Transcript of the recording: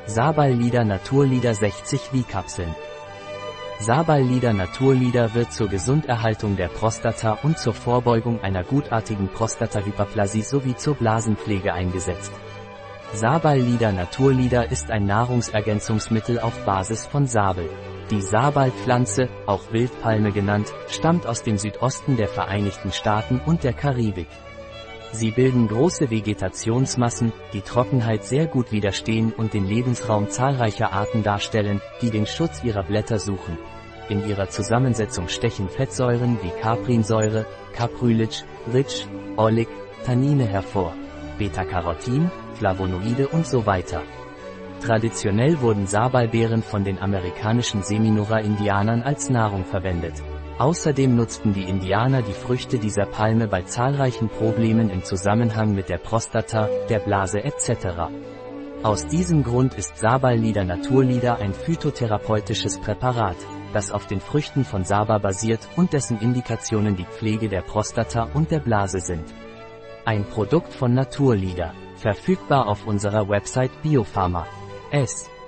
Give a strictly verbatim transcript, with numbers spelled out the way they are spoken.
Sabal-Lider Naturlider sechzig V-Kapseln. Sabal-Lider Naturlider wird zur Gesunderhaltung der Prostata und zur Vorbeugung einer gutartigen Prostatahyperplasie sowie zur Blasenpflege eingesetzt. Sabal-Lider Naturlider ist ein Nahrungsergänzungsmittel auf Basis von Sabel. Die Sabal-Pflanze, auch Wildpalme genannt, stammt aus dem Südosten der Vereinigten Staaten und der Karibik. Sie bilden große Vegetationsmassen, die Trockenheit sehr gut widerstehen und den Lebensraum zahlreicher Arten darstellen, die den Schutz ihrer Blätter suchen. In ihrer Zusammensetzung stechen Fettsäuren wie Caprinsäure, Caprylic, Rich, Oleic, Tannine hervor, Beta-Carotin, Flavonoide und so weiter. Traditionell wurden Sabalbeeren von den amerikanischen Seminole-Indianern als Nahrung verwendet. Außerdem nutzten die Indianer die Früchte dieser Palme bei zahlreichen Problemen im Zusammenhang mit der Prostata, der Blase et cetera. Aus diesem Grund ist Sabal-Lider Naturlider ein phytotherapeutisches Präparat, das auf den Früchten von Saba basiert und dessen Indikationen die Pflege der Prostata und der Blase sind. Ein Produkt von Naturlider, verfügbar auf unserer Website Biopharma punkt es.